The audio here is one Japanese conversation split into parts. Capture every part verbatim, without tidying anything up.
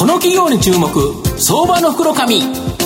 この企業に注目、相場の袋紙。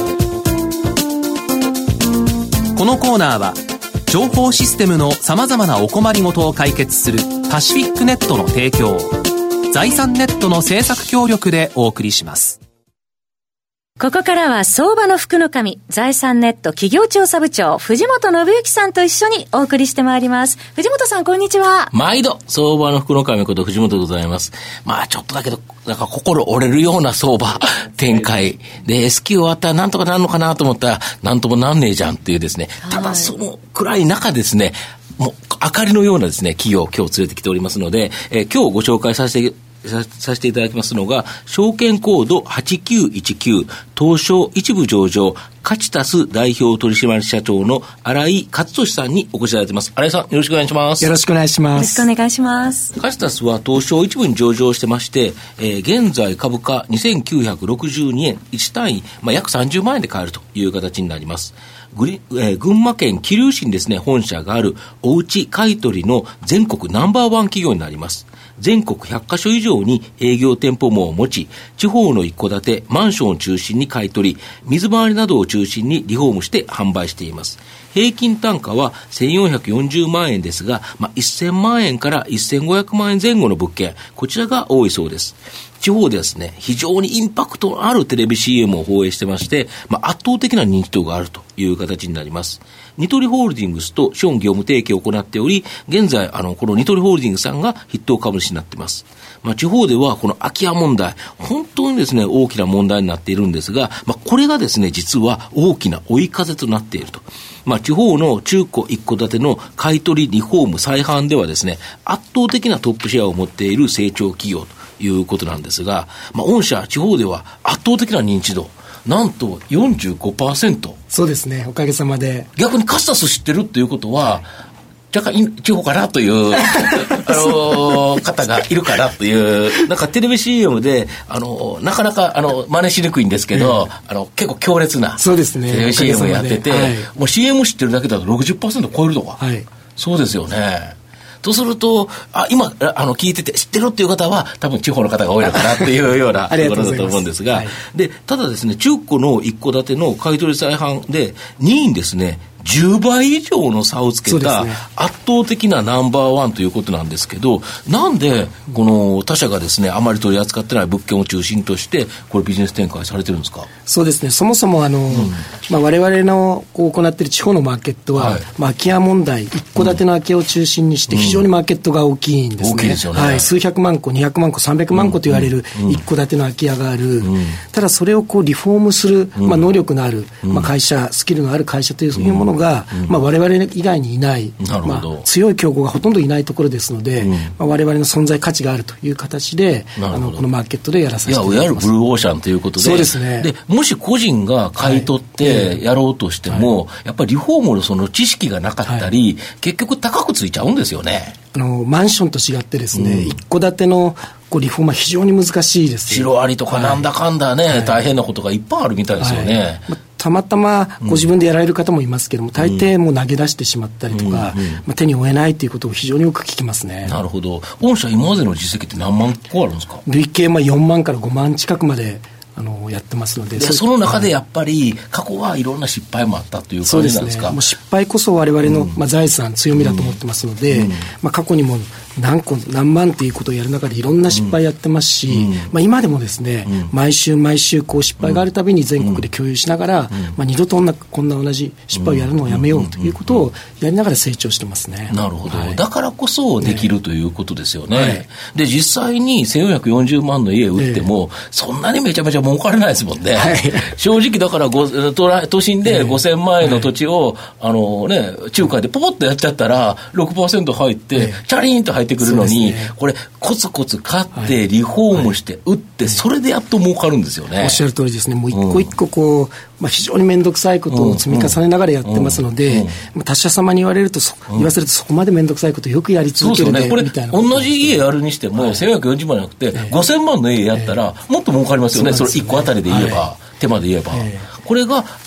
このコーナーは情報システムのさまざまなお困りごとを解決するパシフィックネットの提供、財産ネットの制作協力でお送りします。 ここからは相場の福の神、財産ネット企業調査部長藤本信之さんと一緒にお送りしてまいります。藤本さん、こんにちは。 毎度相場の福の神こと藤本でございます。まあちょっとだけどなんか心折れるような相場展開で S q 終わったらなんとかなるのかなと思ったらなんともなんねえじゃんっていうですね、ただその暗い中ですね、もう明かりのようなですね企業を今日連れてきておりますので、えー、今日ご紹介させてさ, させていただきますのが、証券コードはちきゅういちきゅう東証一部上場カチタス代表取締役社長の新井勝利さんにお越しいただいています。新井さん、よろしくお願いします。 よろしくお願いします。 よろしくお願いします。 カチタスは東証一部に上場してまして、えー、現在株価にせんきゅうひゃくろくじゅうにえん、いち単位、まあ、約さんじゅうまん円で買えるという形になります。グリ、えー、群馬県桐生市にですね本社があるおうち買取の全国ナンバーワン企業になります。全国ひゃっかしょ以上に営業店舗網を持ち、地方の一戸建てマンションを中心に買い取り、水回りなどを中心にリフォームして販売しています。平均単価はせんよんひゃくよんじゅうまん円ですが、まあ、せんまん円からせんごひゃくまん円前後の物件、こちらが多いそうです。地方でですね、非常にインパクトのあるテレビ シーエム を放映してまして、まあ、圧倒的な認知度があるという形になります。ニトリホールディングスと資本業務提携を行っており、現在あのこのニトリホールディングスさんが筆頭株主になっています。まあ、地方ではこの空き家問題、本当にですね大きな問題になっているんですが、まあ、これがですね実は大きな追い風となっていると。まあ、地方の中古一戸建ての買取リフォーム再販ではですね圧倒的なトップシェアを持っている成長企業ということなんですが、まあ、御社地方では圧倒的な認知度なんと よんじゅうごパーセント。 そうですね、おかげさまで。 逆にカスタス知ってるっていうことは、若干地方かなというあの方がいるかなという、なんかテレビ シーエム であのなかなかあの真似しにくいんですけど、えー、あの結構強烈なそうですね、 テレビ シーエム やってて、はい、もう シーエム 知ってるだけだと ろくじゅっパーセント 超えるとか、はい、そうですよね。とすると、あ、今あの聞いてて知ってるっていう方は多分地方の方が多いのかなっていうようなところだと思うんですが、はい、でただですね、中古の一戸建ての買取再販でにいにですねじゅうばい以上の差をつけた圧倒的なナンバーワンということなんですけど、なんでこの他社がですねあまり取り扱ってない物件を中心としてこれビジネス展開されてるんですか？ そうですね、そもそもあの、うんまあ、我々のこう行っている地方のマーケットは、はいまあ、空き家問題、一戸建ての空き家を中心にして非常にマーケットが大きいんですね、うん、大きいですよね、はい、数百万戸、にひゃくまん戸、さんびゃくまん戸と言われる一戸建ての空き家がある、うん、ただそれをこうリフォームする、まあ、能力のある、まあ、会社、スキルのある会社というものが、うんまあ、我々以外にいない、まあ、強い競合がほとんどいないところですので、うんまあ、我々の存在価値があるという形であのこのマーケットでやらさせていただきます。 いや、いわゆるブルーオーシャンということで、 そうですね。 でもし個人が買い取ってやろうとしても、はい、やっぱりリフォームのその知識がなかったり、はい、結局高くついちゃうんですよね。 あのマンションと違ってですね、うん、一戸建てのこうリフォームは非常に難しいです。 シロアリとかなんだかんだね、はい、大変なことがいっぱいあるみたいですよね、はいまたまたまご自分でやられる方もいますけども、うん、大抵もう投げ出してしまったりとか、うんうんまあ、手に負えないということを非常によく聞きますね。 なるほど。御社今までの実績って何万個あるんですか？ 累計まあよんまんからごまん近くまであのやってますので、 でその中でやっぱり過去はいろんな失敗もあったという感じなんですか？そうですね、 もう失敗こそ我々の、うんまあ、財産強みだと思ってますので、うんまあ、過去にも何個何万ということをやる中でいろんな失敗やってますし、うんまあ、今でもですね、うん、毎週毎週こう失敗があるたびに全国で共有しながら、うんまあ、二度とこんな同じ失敗をやるのをやめようということをやりながら成長してますね。 なるほど、はい、だからこそできる、ね、ということですよね、はい、で実際にせんよんひゃくよんじゅうまんの家を売っても、えー、そんなにめちゃめちゃ儲からないですもんね、はい、正直だからご都, 都心でごせんまん円の土地を、はいあのね、中華でポポッとやっちゃったら ろくパーセント 入って、はい、チャリーンと入ってくるのに、これコツコツ買ってリフォームして売ってそれでやっと儲かるんですよね。 おっしゃる通りですね。もう一個一個こう、まあ、非常に面倒くさいことを積み重ねながらやってますので、まあ、他社様に言われるとそ言わせるとそこまで面倒くさいことをよくやり続けるね、 そうですよね。これみたいな同じ家やるにしても、はい、せんよんひゃくよんじゅうまんじゃなくて、えー、ごせんまんの家やったらもっと儲かりますよね、それいっこあたりで言えば、はい、手間で言えば、えー、これが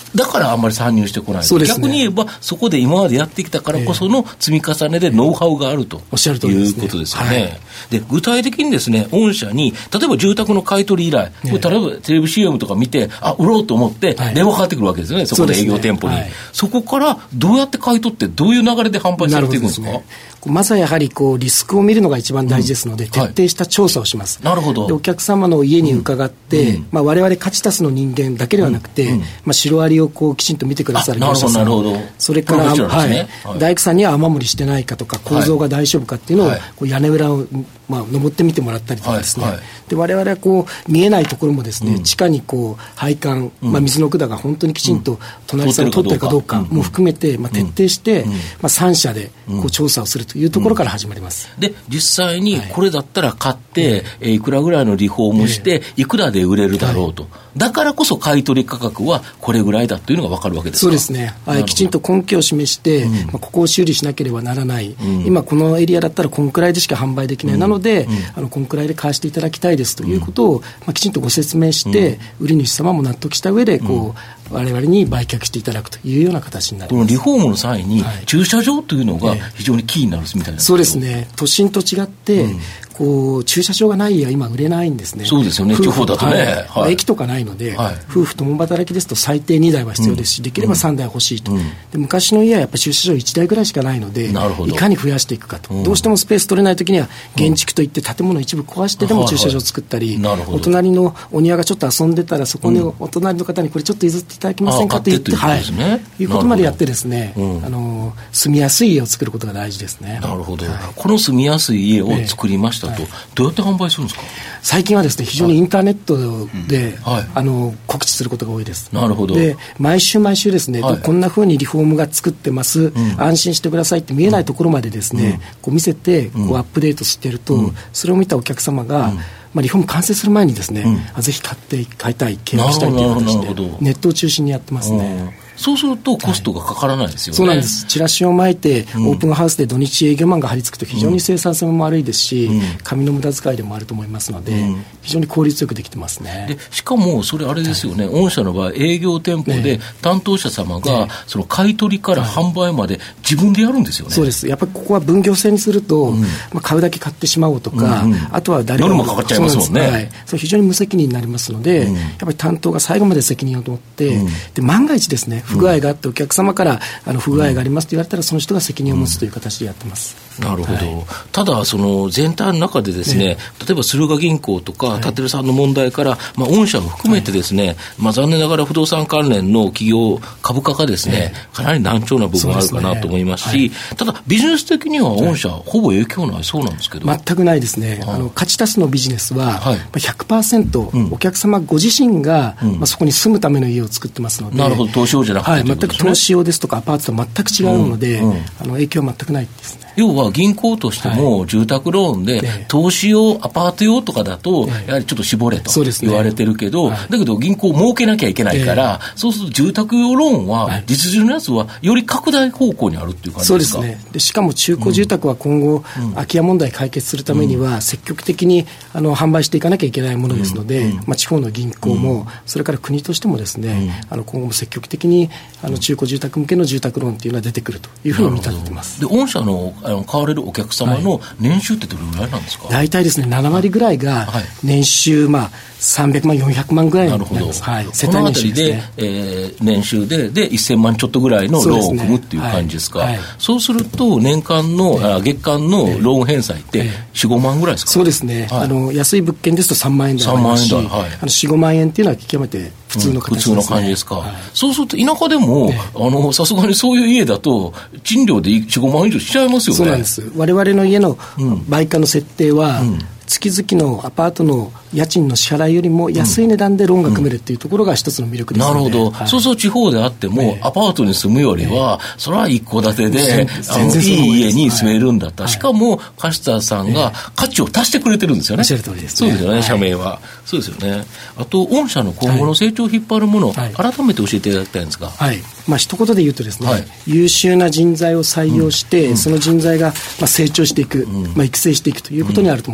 だからあんまり参入してこない。そうですね、逆に言えばそこで今までやってきたからこその積み重ねでノウハウがあると、えー、いうことですよね。はい、で具体的にですね、御社に例えば住宅の買い取り依頼、えー、例えばテレビ シーエム とか見てあ売ろうと思って電話かかってくるわけですよね、はい、そこで営業店舗に そ,、ねはい、そこからどうやって買い取ってどういう流れで販売されていくんですか？ まずはやはりこうリスクを見るのが一番大事ですので、うん、徹底した調査をします、はい、なるほど。でお客様の家に伺って、うんまあ、我々カチタスの人間だけではなくて、うんまあ、シロアリをこうきちんと見てくださる業者さん、それから、ねはいはい、大工さんには雨漏りしてないかとか構造が大丈夫かっていうのを、はい、こう屋根裏を、まあ、登ってみてもらったりとかですね、はいはい、で我々はこう見えないところもですね、うん、地下にこう配管、まあ、水の管が本当にきちんと隣さんに通ってるかどうかも含めて、まあ、徹底して、うんまあ、さん社でこう調査をするというところから始まります、 うん、で実際にこれだったら買って、はいえー、いくらぐらいのリフォームして、いくらで売れるだろうと、はい、だからこそ買い取り価格はこれぐらいだというのが分かるわけですか？ そうですね、はい、きちんと根拠を示して、うんまあ、ここを修理しなければならない、うん、今このエリアだったらこんくらいでしか販売できない、うん、なので、うん、あのこんくらいで買わせていただきたいですということを、うんまあ、きちんとご説明して、うん、売り主様も納得した上でこう、うん、我々に売却していただくというような形になります。 このリフォームの際に、はい、駐車場というのが非常にキーになるみたいな、えー、 そうですね、都心と違って、うんこう駐車場がない家は今売れないんですね。 そうですよね、地方だとね、 はいはい、駅とかないので、はい、夫婦共働きですと最低にだいは必要ですし、うん、できればさんだい欲しいと、うん、で昔の家はやっぱり駐車場いちだいぐらいしかないので、いかに増やしていくかと、うん、どうしてもスペース取れないときには現築といって建物一部壊してでも駐車場を作ったり、うんはいはい、お隣のお庭がちょっと遊んでたらそこにお隣の方にこれちょっと譲っていただけませんかと言って、はい、いうことまでやってですね、うん、あの住みやすい家を作ることが大事ですね。 なるほど、はい、この住みやすい家を作りましたと、えーはい、どうやって販売するんですか？ 最近はですね非常にインターネットで、はいはい、あの告知することが多いです。 なるほど。 で毎週毎週ですね、はい、こんな風にリフォームが作ってます、うん、安心してくださいって見えないところまでですね、うん、こう見せてこうアップデートしてると、うん、それを見たお客様が、うんまあ、リフォーム完成する前にですね、うん、ぜひ買って買いたい契約したいという形でネットを中心にやってますね。 そうするとコストがかからないですよね、はい、 そうなんです。チラシを巻いて、うん、オープンハウスで土日営業マンが張り付くと非常に生産性も悪いですし、うん、紙の無駄遣いでもあると思いますので、うん、非常に効率よくできてますね。 でしかもそれあれですよね、はい、御社の場合営業店舗で担当者様が、ね、その買い取りから販売まで自分でやるんですよね。 そうです。やっぱりここは分業制にすると、うんまあ、買うだけ買ってしまおうとか、うんうん、あとは誰か夜もかかっちゃいますもんね。 はい、それ非常に無責任になりますので、うん、やっぱり担当が最後まで責任を持って、うん、で万が一ですね不具合があってお客お客様からあの不具合がありますと言われたら、その人が責任を持つという形でやってます、 うん、なるほど、はい、ただその全体の中でですね、ね例えば駿河銀行とか立さんの問題から、まあ、御社も含めてですね、はいまあ、残念ながら不動産関連の企業株価がですね、ねかなり難聴な部分があるかなと思いますし、すねはい、ただビジネス的には御社、はい、ほぼ影響ないそうなんですけど。 全くないですね。あの勝ち足すのビジネスは、はい、ひゃくパーセント、うん、お客様ご自身が、うんまあ、そこに住むための家を作ってますので。 なるほど、投資用じゃなくて、はい、 全く投資用ですとかアパートと全く違うので、うんうん、あの影響は全くないですね。 要は銀行としても住宅ローンで投資用、アパート用とかだとやはりちょっと絞れと言われてるけど、だけど銀行儲けなきゃいけないから、そうすると住宅用ローンは実需のやつはより拡大方向にあるっていう感じですか？ そうですね。でしかも中古住宅は今後、うん、空き家問題解決するためには積極的にあの販売していかなきゃいけないものですので、うんまあ、地方の銀行も、うん、それから国としてもですね、うん、あの今後も積極的にあの中古住宅向けの住宅ローンというのは出てくるというふうに見立ててます。 で御社のあの買われるお客様の年収ってどれぐらいなんですか？ 大体ですねななわりぐらいが年収、まあ、さんびゃくまんよんひゃくまんぐらいになります。はい、世帯年収ですね。 このあたりで、えー、年収ででせんまんちょっとぐらいのローンを組むっていう感じですか？そうですね。はいはい、そうすると年間の、えー、あ月間のローン返済ってよん、ごまんぐらいですか？ そうですね、はい、あの安い物件ですとさんまんえんでありますし、はい、あのよん、ごまんえんっていうのは極めて普通の形ですね。 うん、普通の感じですか？はい、そうすると田舎でも、ね、あのさすがにそういう家だと賃料でよん、ごまん以上しちゃいますよね。 そうなんです。我々の家の売価の設定は、うん月々のアパートの家賃の支払いよりも安い値段でローンが組めるっていうところが一つの魅力ですので、うんうん、なるほど、 はい、そうそう地方であっても、えー、アパートに住むよりは、えー、それは一戸建てで、あのいい家に住めるんだった、はい、しかもカシタさんが価値を足してくれてるんですよね。 おっしゃる通りですね。 そうですよね、はい、社名はそうですよね。あと御社の今後の成長を引っ張るもの、はい、改めて教えていただきたいんですが、 はい、まあ一言で言うとですね、はい、優秀な人材を採用して、うん、その人材がまあ成長していく、うんまあ、育成していくということにあると思ってます、うん、なるほ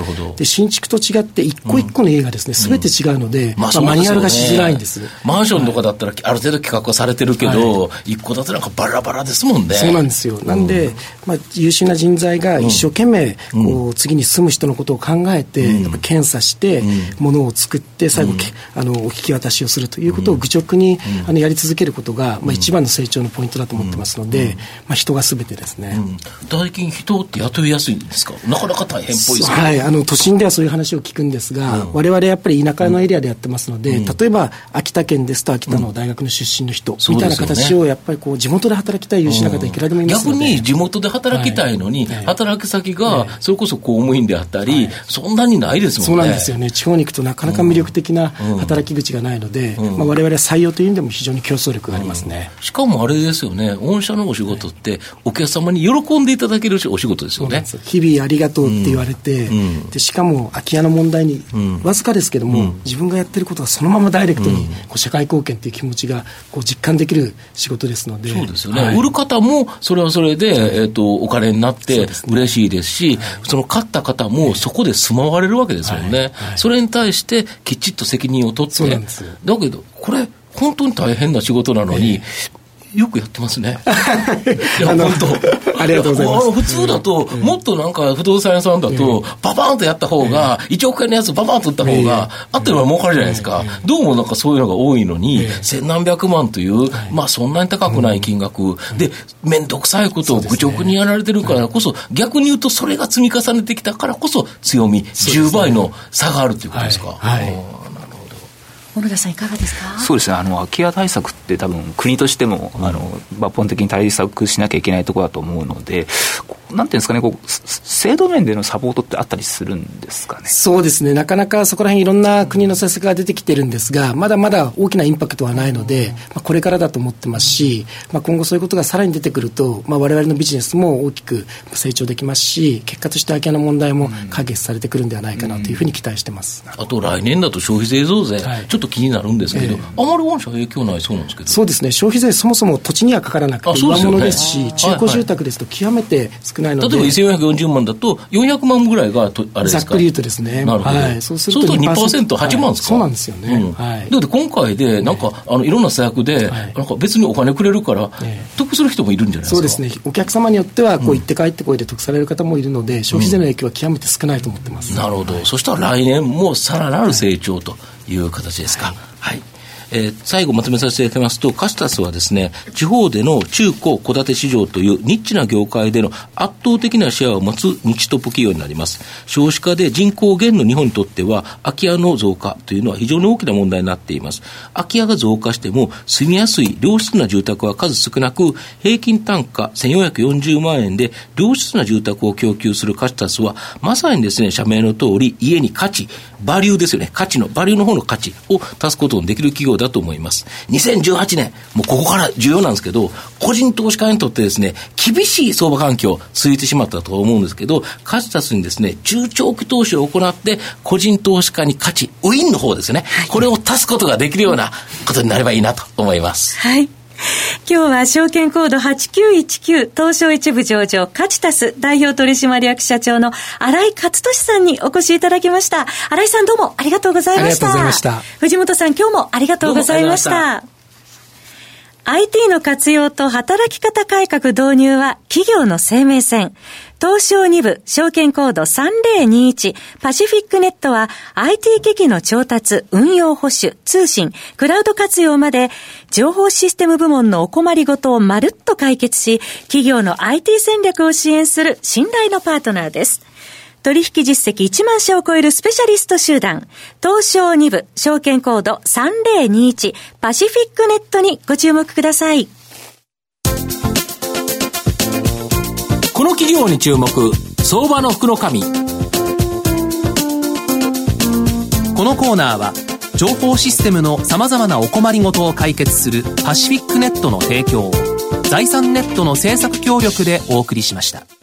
ほど。 で新築と違って一個一個の家がですね、すべ、うん、て違うので、うんまあまあ、マニュアルがしづらいんです。 マンションとかだったらある程度企画はされてるけど、はい、一戸建てなんかバラバラですもんね。 そうなんですよ。なんで、うんまあ、優秀な人材が一生懸命、うん、こう次に住む人のことを考えて、うん、やっぱ検査して、うん、ものを作って最後、うん、あのお引き渡しをするということを愚直に、うん、あのやり続けることが、まあ、一番の成長のポイントだと思ってますので、うんまあ、人が全てですね、うん、 最近人って雇いやすいんですか？なかなか大変っぽいですか？ はい、あの都心ではそういう話を聞くんですが、うん、我々やっぱり田舎のエリアでやってますので、うん、例えば秋田県ですと秋田の大学の出身の人、うん、みたいな形をやっぱりこう地元で働きたい優秀な方いくらでもいますので、 逆に地元で働きたいのに、はい、働き先がそれこそ公務員であったり、はい、そんなにないですもんね。 そうなんですよね。地方に行くとなかなか魅力的な働き口がないので、うんうんまあ、我々は採用という意味でも非常に競争力がありますね、 うん、しかもあれですよね、御社のお仕事ってお客様に喜んでいただけるお仕事ですよね。 日々ありがとうって言われて、うん、でしかも空き家の問題に、うん、わずかですけども、うん、自分がやってることがそのままダイレクトにこう社会貢献という気持ちがこう実感できる仕事ですので。 そうですよね、はい、売る方もそれはそれで、えーと、お金になって嬉しいですし、そ、ねはい、その買った方もそこで住まわれるわけですよね、はいはい、それに対してきちっと責任を取って。 そうなんです。 だけどこれ本当に大変な仕事なのに、えーよくやってますね。いや本当ありがとうございます。あの普通だと、うん、もっとなんか不動産屋さんだと、うん、ババーンとやった方が、うん、いちおくえんのやつババーンと売った方が、うん、あってるのは儲かるじゃないですか、うん、どうもなんかそういうのが多いのに、うん、千何百万という、うん、まあそんなに高くない金額、うん、で面倒くさいことを愚直にやられてるからこそ、逆に言うとそれが積み重ねてきたからこそ強み、じゅうばいの差があるということですか。 はいはい小野田さんいかがですか？ そうですね、あの空き家対策って多分国としても、うん、あの抜本的に対策しなきゃいけないところだと思うので、なんていうんですかね、こう制度面でのサポートってあったりするんですかね。 そうですね、なかなかそこら辺いろんな国の政策が出てきてるんですが、まだまだ大きなインパクトはないので、まあ、これからだと思ってますし、まあ、今後そういうことがさらに出てくると、まあ、我々のビジネスも大きく成長できますし、結果として空き家の問題も解決されてくるんではないかなというふうに期待してます、 うん、あと来年だと消費税増税、はい、ちょっと気になるんですけど、えー、あまり御社影響ないそうなんですけど。 そうですね、消費税そもそも土地にはかからなくて上物ですし、ね、中古住宅ですと極めて少ないので、 例えばせんよんひゃくよんじゅうまんだとよんひゃくまんぐらいがとあれですか。 ざっくり言うとですね。 なるほど、はい、そうすると にパーセント、はちまんですか、 はい、そうなんですよね、うんはい、だって今回でなんか、ね、あのいろんな施策で、はい、なんか別にお金くれるから、ね、得する人もいるんじゃないですか。 そうですね、お客様によってはこう行って帰ってこいで得される方もいるので、うん、消費税の影響は極めて少ないと思ってます、 うん、なるほど、はい、そしたら来年もさらなる成長という形ですか。はい、はいえー、最後まとめさせていただきますと、カシタスはですね、地方での中古戸建て市場というニッチな業界での圧倒的なシェアを持つ日トップ企業になります。少子化で人口減の日本にとっては空き家の増加というのは非常に大きな問題になっています。空き家が増加しても住みやすい良質な住宅は数少なく、平均単価せんよんひゃくよんじゅうまんえんで良質な住宅を供給するカシタスは、まさにですね、社名の通り家に価値、バリューですよね、価値のバリューの方の価値を足すことのできる企業だと思います。にせんじゅうはちねん、もうここから重要なんですけど、個人投資家にとってですね、厳しい相場環境続いてしまったと思うんですけど、カシタスにですね、中長期投資を行って個人投資家に価値、ウィンの方ですね、はい、これを足すことができるようなことになればいいなと思います。 はい。今日は証券コードはちきゅういちきゅう東証一部上場カチタス代表取締役社長の新井勝利さんにお越しいただきました。新井さん、どうもありがとうございました。 ありがとうございました。 藤本さん、今日もありがとうございました。アイティー の活用と働き方改革導入は企業の生命線。東証に部証券コードさんぜろにいちパシフィックネットは アイティー 機器の調達、運用保守、通信、クラウド活用まで情報システム部門のお困りごとをまるっと解決し、企業の アイティー 戦略を支援する信頼のパートナーです。取引実績いちまんしゃを超えるスペシャリスト集団、東証に部証券コードさんぜろにいちパシフィックネットにご注目ください。 この企業に注目、相場の福の神。このコーナーは情報システムのさまざまなお困りごとを解決するパシフィックネットの提供、財産ネットの制作協力でお送りしました。